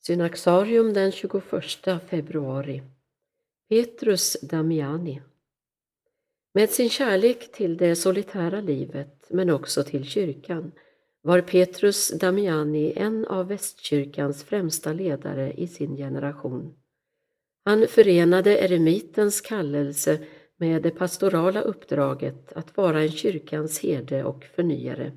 Synaxarium den 21 februari. Petrus Damiani. Med sin kärlek till det solitära livet, men också till kyrkan, var Petrus Damiani en av västkyrkans främsta ledare i sin generation. Han förenade eremitens kallelse med det pastorala uppdraget att vara en kyrkans herde och förnyare.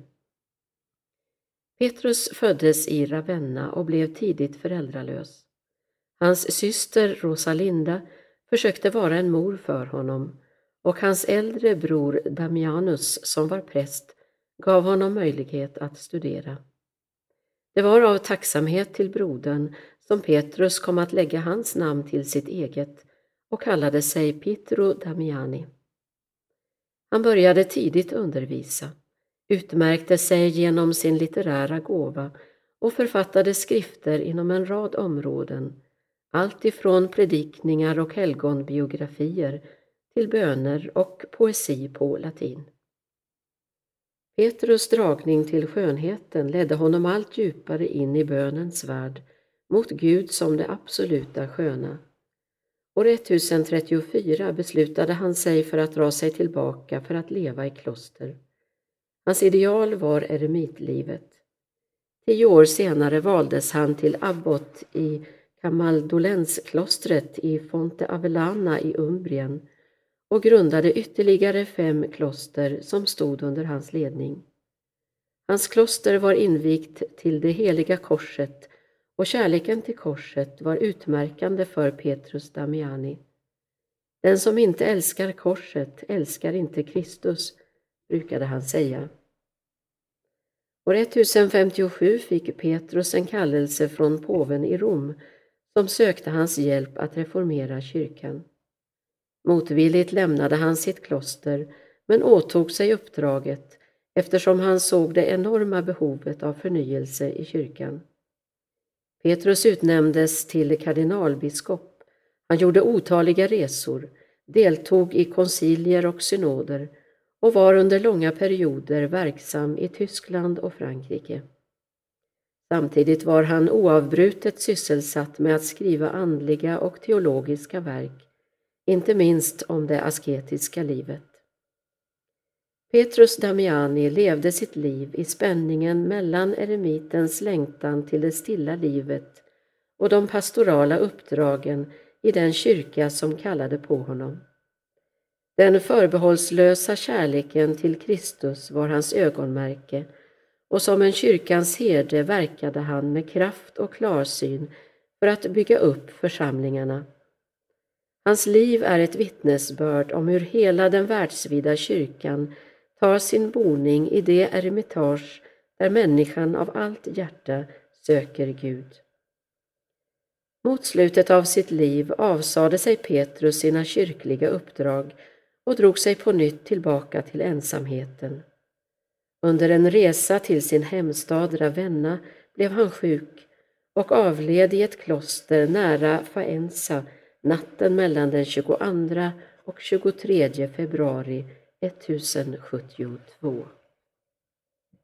Petrus föddes i Ravenna och blev tidigt föräldralös. Hans syster Rosalinda försökte vara en mor för honom, och hans äldre bror Damianus, som var präst, gav honom möjlighet att studera. Det var av tacksamhet till brodern som Petrus kom att lägga hans namn till sitt eget och kallade sig Pietro Damiani. Han började tidigt undervisa, utmärkte sig genom sin litterära gåva och författade skrifter inom en rad områden, allt ifrån predikningar och helgonbiografier till böner och poesi på latin. Petrus dragning till skönheten ledde honom allt djupare in i bönens värld, mot Gud som det absoluta sköna. År 1034 beslutade han sig för att dra sig tillbaka för att leva i kloster. Hans ideal var eremitlivet. 10 år senare valdes han till abbot i Camaldolensklostret i Fonte Avellana i Umbrien och grundade ytterligare 5 kloster som stod under hans ledning. Hans kloster var invigt till det heliga korset, och kärleken till korset var utmärkande för Petrus Damiani. Den som inte älskar korset älskar inte Kristus, brukade han säga. År 1057 fick Petrus en kallelse från påven i Rom som sökte hans hjälp att reformera kyrkan. Motvilligt lämnade han sitt kloster, men åtog sig uppdraget eftersom han såg det enorma behovet av förnyelse i kyrkan. Petrus utnämndes till kardinalbiskop. Han gjorde otaliga resor, deltog i koncilier och synoder och var under långa perioder verksam i Tyskland och Frankrike. Samtidigt var han oavbrutet sysselsatt med att skriva andliga och teologiska verk, inte minst om det asketiska livet. Petrus Damiani levde sitt liv i spänningen mellan eremitens längtan till det stilla livet och de pastorala uppdragen i den kyrka som kallade på honom. Den förbehållslösa kärleken till Kristus var hans ögonmärke, och som en kyrkans herde verkade han med kraft och klarsyn för att bygga upp församlingarna. Hans liv är ett vittnesbörd om hur hela den världsvida kyrkan tar sin boning i det eremitage där människan av allt hjärta söker Gud. Mot slutet av sitt liv avsade sig Petrus sina kyrkliga uppdrag och drog sig på nytt tillbaka till ensamheten. Under en resa till sin hemstad Ravenna blev han sjuk och avled i ett kloster nära Faenza natten mellan den 22 och 23 februari 1072.